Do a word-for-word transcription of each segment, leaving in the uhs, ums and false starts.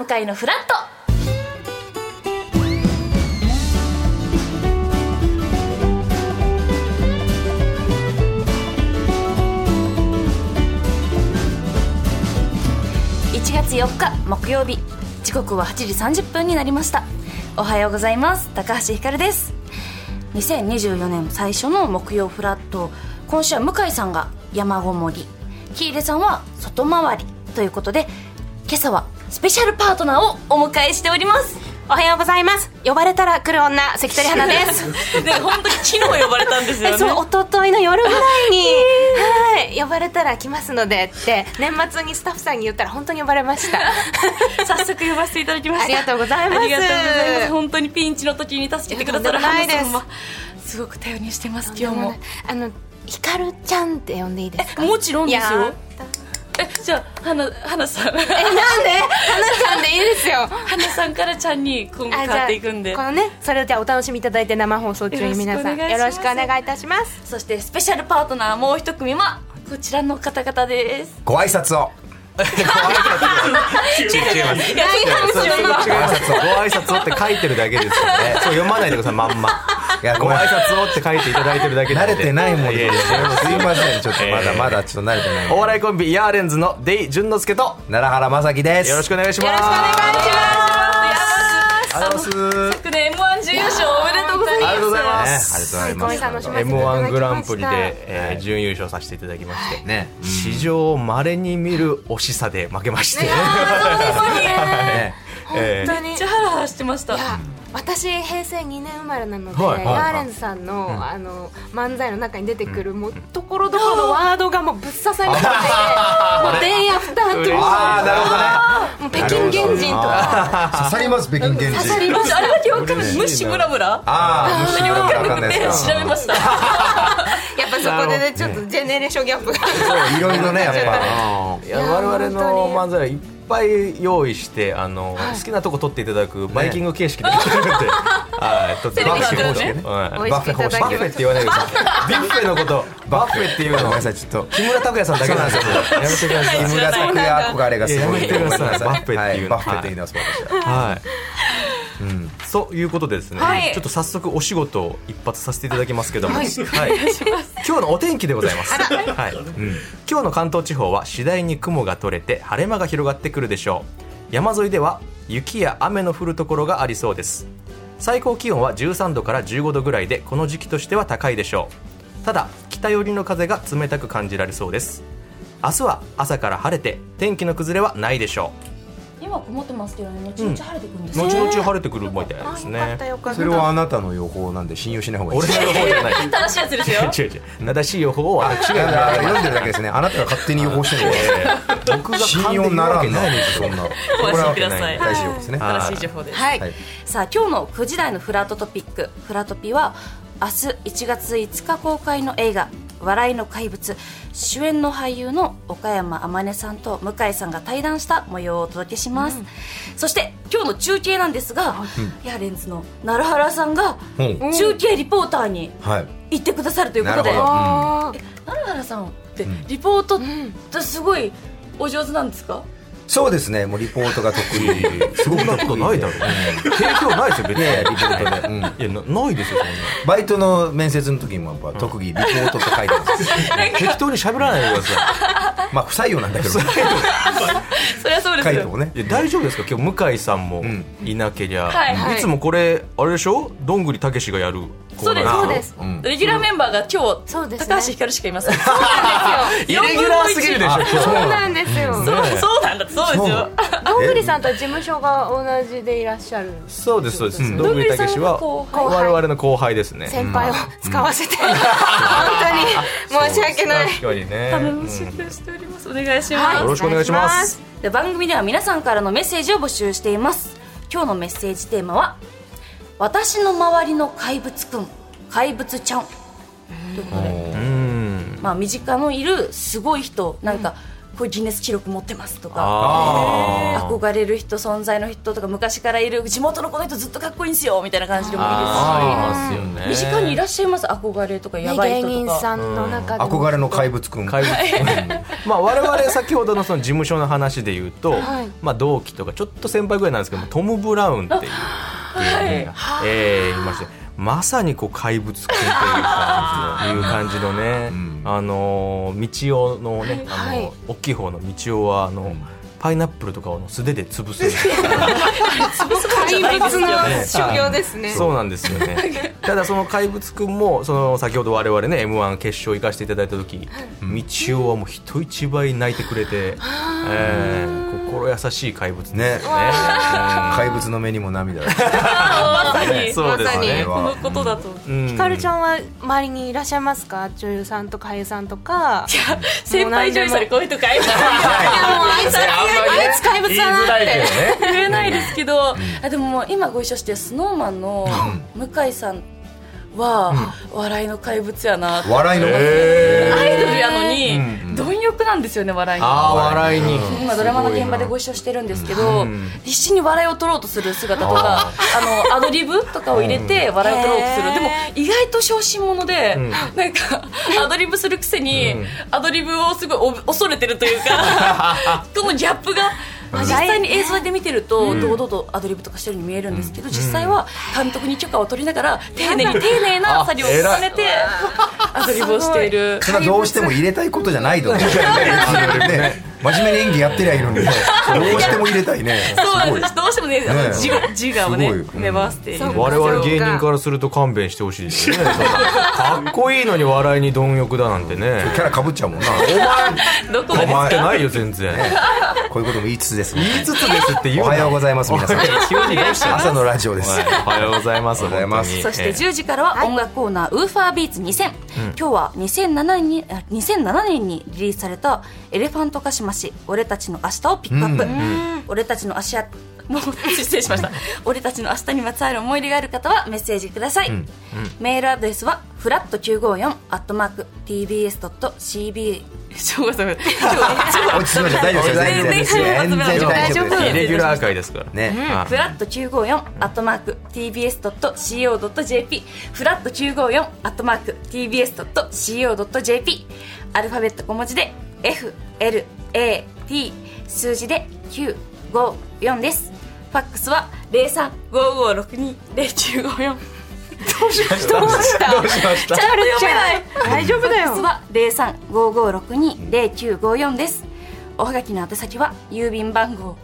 回のフラット。いちがつよっか木曜日、時刻ははちじさんじゅっぷんになりました。おはようございます。高橋ひかるです。にせんにじゅうよねん最初の木曜フラット、今週は向井さんが山ごもり、喜入さんは外回りということで、今朝はスペシャルパートナーをお迎えしております。 おはようございます。呼ばれたら来る女、関取花ですで本当に昨日呼ばれたんですよね。 そう、一昨日の夜ぐらいに、はい、呼ばれたら来ますのでって年末にスタッフさんに言ったら本当に呼ばれました早速呼ばせていただきました。 ありがとうございます。 ありがとうございます。本当にピンチの時に助けてくださる花さんはすごく頼りにしてます。今日もあのひかるちゃんって呼んでいいですか？ もちろんですよ。え、じゃあ花花さんえ、なんで花ちゃんでいいですよ花さんからちゃんに今後変わっていくんで、 このね、それをじゃあお楽しみいただいて、生放送中に皆さんよろしくお願いいたします。 そしてスペシャルパートナーもう一組はこちらの方々です。 ご挨拶を違います違いますご挨拶をって書いてるだけですよね。そう読まないでください。まんまいやご挨拶をって書いていただいてるだけで慣れてないもんで、 いやいやすいません、ちょっとまだまだちょっと慣れてない。 お笑いコンビヤーレンズのデイ淳之介と奈良原正樹です。 よろしくお願いします。 よろしくお願いします。 ありがとうございます。 昨年 エムワン 準優勝おめでとうございます。 ありがとうございまね、あす。 りがとうございます。 すごい楽しみエムワン グランプリで、えー、準優勝させていただきまして、 ね、 史上稀に見る惜しさで負けまして、 ね、本当にめっちゃハラハラしてました。 いや、私平成にねん生まれなので、 はいはいはいヤーレンズさんの、うん、あの漫才の中に出てくる、うん、もうところどころのワードがもうぶっ刺さりましてもうデイアフターとか、 あー、なるほどね、 もう北京原人とか刺さります。北京原人刺さりました。 あれだけわかる。ムシムラムラ、 あー、ムシムラムラわかんないですか。 調べましたやっぱそこでね、ちょっとジェネレーションギャップがいろいろね、やっぱいや、我々の漫才はいっぱい用意して、あの、はい、好きなとこ撮っていただくバイキング形式でやってるんで、はい、撮ってバッフェ方式ね、バッフェ方式、バッフェって言わないでください。ビュッフェのことバッフェっていうの、ごめんなさい、ちょっと木村拓哉さんだけなんですよ。やめてください。 木村拓哉憧れがすごい。 やめてください。バッフェっていうの、 はい、バッフェって言います、私は。 はい。うん、そういうことでですね、はい、ちょっと早速お仕事を一発させていただきますけども、はいはい、今日のお天気でございます、はい、うん、今日の関東地方は次第に雲が取れて晴れ間が広がってくるでしょう。山沿いでは雪や雨の降るところがありそうです。最高気温はじゅうさんどからじゅうごどぐらいで、この時期としては高いでしょう。ただ北寄りの風が冷たく感じられそうです。明日は朝から晴れて天気の崩れはないでしょう。 今曇ってますけどね、後々晴れてくるんですね、 うん、後々晴れてくるみたいですね。 それはあなたの予報なんで信用しない方がいい。 俺の予報じゃない正しいやつですよ。 違う違う、正しい予報を違う読んでるだけですね。あなたが勝手に予報してるんで僕が信用ならないです。そんなご安心ください。 大事ですね。 正しい情報です、 はいはい、さあ今日のくじ台のフラットトピック、フラトピは明日いちがついつか公開の映画笑いの怪物、主演の俳優の岡山天音さんと向井さんが対談した模様をお届けします、うん、そして今日の中継なんですが、うん、ヤーレンズの奈良原さんが中継リポーターに行ってくださるということで、うん、奈良原さんってリポートってすごいお上手なんですか？ そうですね、もうリポートが得意。 すごくなことないだろう。提供ないですよ別に。 ね、リポートで、うん、 いや な, ないですよそんな。 バイトの面接の時もやっぱ特技リポートって書いてます。 適当に喋らないでください。まあ不採用なんだけど。 そりゃそうですよ。 ね、いや大丈夫ですか？今日向井さんもいなけりゃ、うんはい、いつもこれあれでしょ？どんぐりたけしがやる。 そうですそうです、うん、レギュラーメンバーが今日、ね、高橋ひかるしかいません。そうなんですよ。イレギュラーすぎるでしょ。 そうなんですよ。 そうそうなんだそうですよ。 どんぐりさんと事務所が同じでいらっしゃる。 そうですそうです。うん、どんぐりたけしは我々の後輩ですね。 先輩を使わせて、うん、本当に申し訳ない。 確かにね。 楽しみにしております。お願いします、 はい、よろしくお願いします。 で番組では皆さんからのメッセージを募集しています。今日のメッセージテーマは私の周りの怪物くん、怪物ちゃんということで、まあ身近のいるすごい人、なんかこういうギネス記録持ってますとか、 あ憧れる人存在の人とか昔からいる地元のこの人ずっとかっこいいんですよみたいな感じでもいいあーいますよねですし、身近にいらっしゃいます憧れとかやばいね、 人とか、 芸人さんの中でも憧れの怪物くん。 怪物まあ我々先ほどのその事務所の話で言うと、 はいまあ同期とかちょっと先輩ぐらいなんですけども、トム・ブラウンっていう芸人が、えーいまして、まさにこう怪物くんという感じのいう感じのね、 んあのー道夫のね、あのーはい大きい方の道夫はあの、パイナップルとかを素手で潰す怪物の所業ですね。 そうなんですよね。ただその怪物くんもその先ほど我々ね エムワン 決勝行かせていただいた時、道夫はもう人一倍泣いてくれて、えー、心優しい怪物ねね。 怪物の目にも涙だ。 まさにそうですね。 このことだと、 うんひかるちゃんは周りにいらっしゃいますか？女優さんとか俳優さんとか。 先輩女優さんでこういう人怪物いやもうあいつあいつ怪物言いづだなってらいけどね。 言えないですけど、あでももう今ご一緒してるスノーマンの向井さんは笑いの怪物やなって、 笑いの。 えアイドルやのにうん貪欲なんですよね、笑いに。 あー笑いに。 今ドラマの現場でご一緒してるんですけど、 うん必死に笑いを取ろうとする姿とか、あのアドリブとかを入れて笑いを取ろうとする、 へーでも意外と小心者で、 うんなんかアドリブするくせに、 うんアドリブをすごいお恐れてるというかこのギャップが実際に映像で見てると堂々とアドリブとかしてるように見えるんですけど、実際は監督に許可を取りながら丁寧に丁寧な作業を重ねてアドリブをしている。 それはどうしても入れたいことじゃないと思う。ね、真面目に演技やってりゃいいのに、どうしても入れたいね。 そうなんです、どうしてもね、あのね自我自我をねすごい芽生わせている。 そう我々芸人からすると勘弁してほしいですよね。かっこいいのに笑いに貪欲だなんてね。 キャラかぶっちゃうもんな。 どこまでお前ってないよ全然。 こういうことも言いつつです。 言いつつですって言うな。 おはようございます皆さん。 急にどうした朝のラジオです。 おはようございます。 おはようございます本当にそしてじゅうじからは音楽コーナー、ウーファービーツにせん、今日はにせんななねんにあにせんななねんにリリースされたエレファントカシマシ俺たちの明日をピックアップ、俺たちの明日もう失礼しました俺たちの明日にまつわる思い出がある方はメッセージください、メールアドレスはフラットきゅうごよんアットマーク ティービーエスドットシービー ちょっと待って落ち着きましょう。大丈夫ですよ。全然ですよ。全然大丈夫ですよ。 イレギュラー会ですからね。 あフラットきゅうごよんアットマーク ティービーエスドットシーオードットジェーピー フラットきゅうごよんアットマーク ティービーエスドットシーオードットジェーピー アルファベット小文字で エフエルエーティー 数字できゅうごよんです。ファックスはゼロさんごごろくにゼロきゅうごよん。 どうしましたどうしましたちゃんと読めない。 大丈夫だファックスよ。 はゼロさんごごろくにゼロきゅうごよんです。おはがきの宛先は郵便番号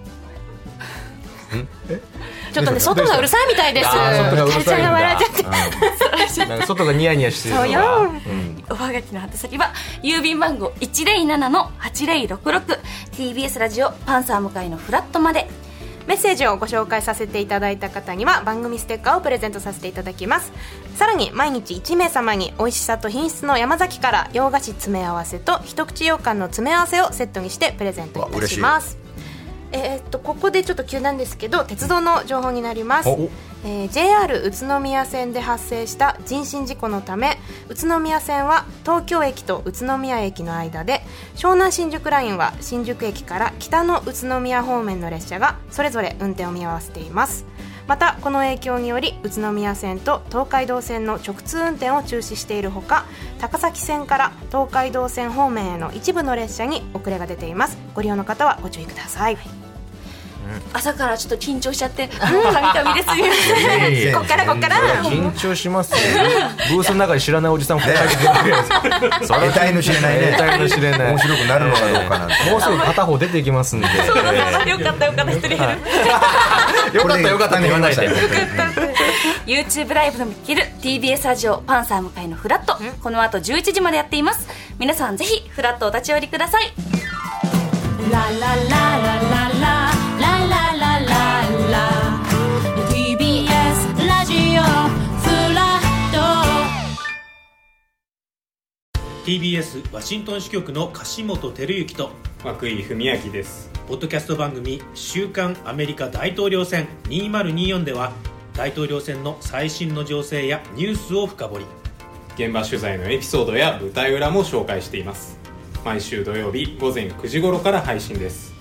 ちょっとね外がうるさいみたいです。 あー外がうるさいんだかりちゃんが笑っちゃって。 なんか外がニヤニヤしてるのがそうようんおはがきの宛先は郵便番号 いちゼロななのはちゼロろくろく ティービーエス ラジオパンサー向かいのフラットまで。 メッセージをご紹介させていただいた方には番組ステッカーをプレゼントさせていただきます。さらに毎日いち名様に美味しさと品質の山崎から洋菓子詰め合わせと一口羊羹の詰め合わせをセットにしてプレゼントいたします。えーっとここでちょっと急なんですけど鉄道の情報になります。 おえー、ジェイアール 宇都宮線で発生した人身事故のため宇都宮線は東京駅と宇都宮駅の間で、湘南新宿ラインは新宿駅から北の宇都宮方面の列車がそれぞれ運転を見合わせています。またこの影響により宇都宮線と東海道線の直通運転を中止しているほか、高崎線から東海道線方面への一部の列車に遅れが出ています。ご利用の方はご注意ください。 朝からちょっと緊張しちゃってカミカミですみません。 こっからこっから緊張しますよ。ブースの中に知らないおじさんふたり出てくるやつ。それ得体の知れないね。 得体の知れない。 面白くなるのかどうかなんて。 もうすぐ片方出てきますんで。 そうだね、よかったよかった一人減る。 よかったよかったって言わないで。 YouTube ライブでも聴ける ティービーエス ラジオパンサー向かいのフラット、この後じゅういちじまでやっています。皆さんぜひフラットお立ち寄りください。 ラララララララララララ ティービーエス ラジオフラット。 ティービーエス ワシントン支局の樫本照之と涌井文明です。 ポッドキャスト番組週刊アメリカ大統領選にせんにじゅうよんでは大統領選の最新の情勢やニュースを深掘り、 現場取材のエピソードや舞台裏も紹介しています。 毎週土曜日午前くじ頃から配信です。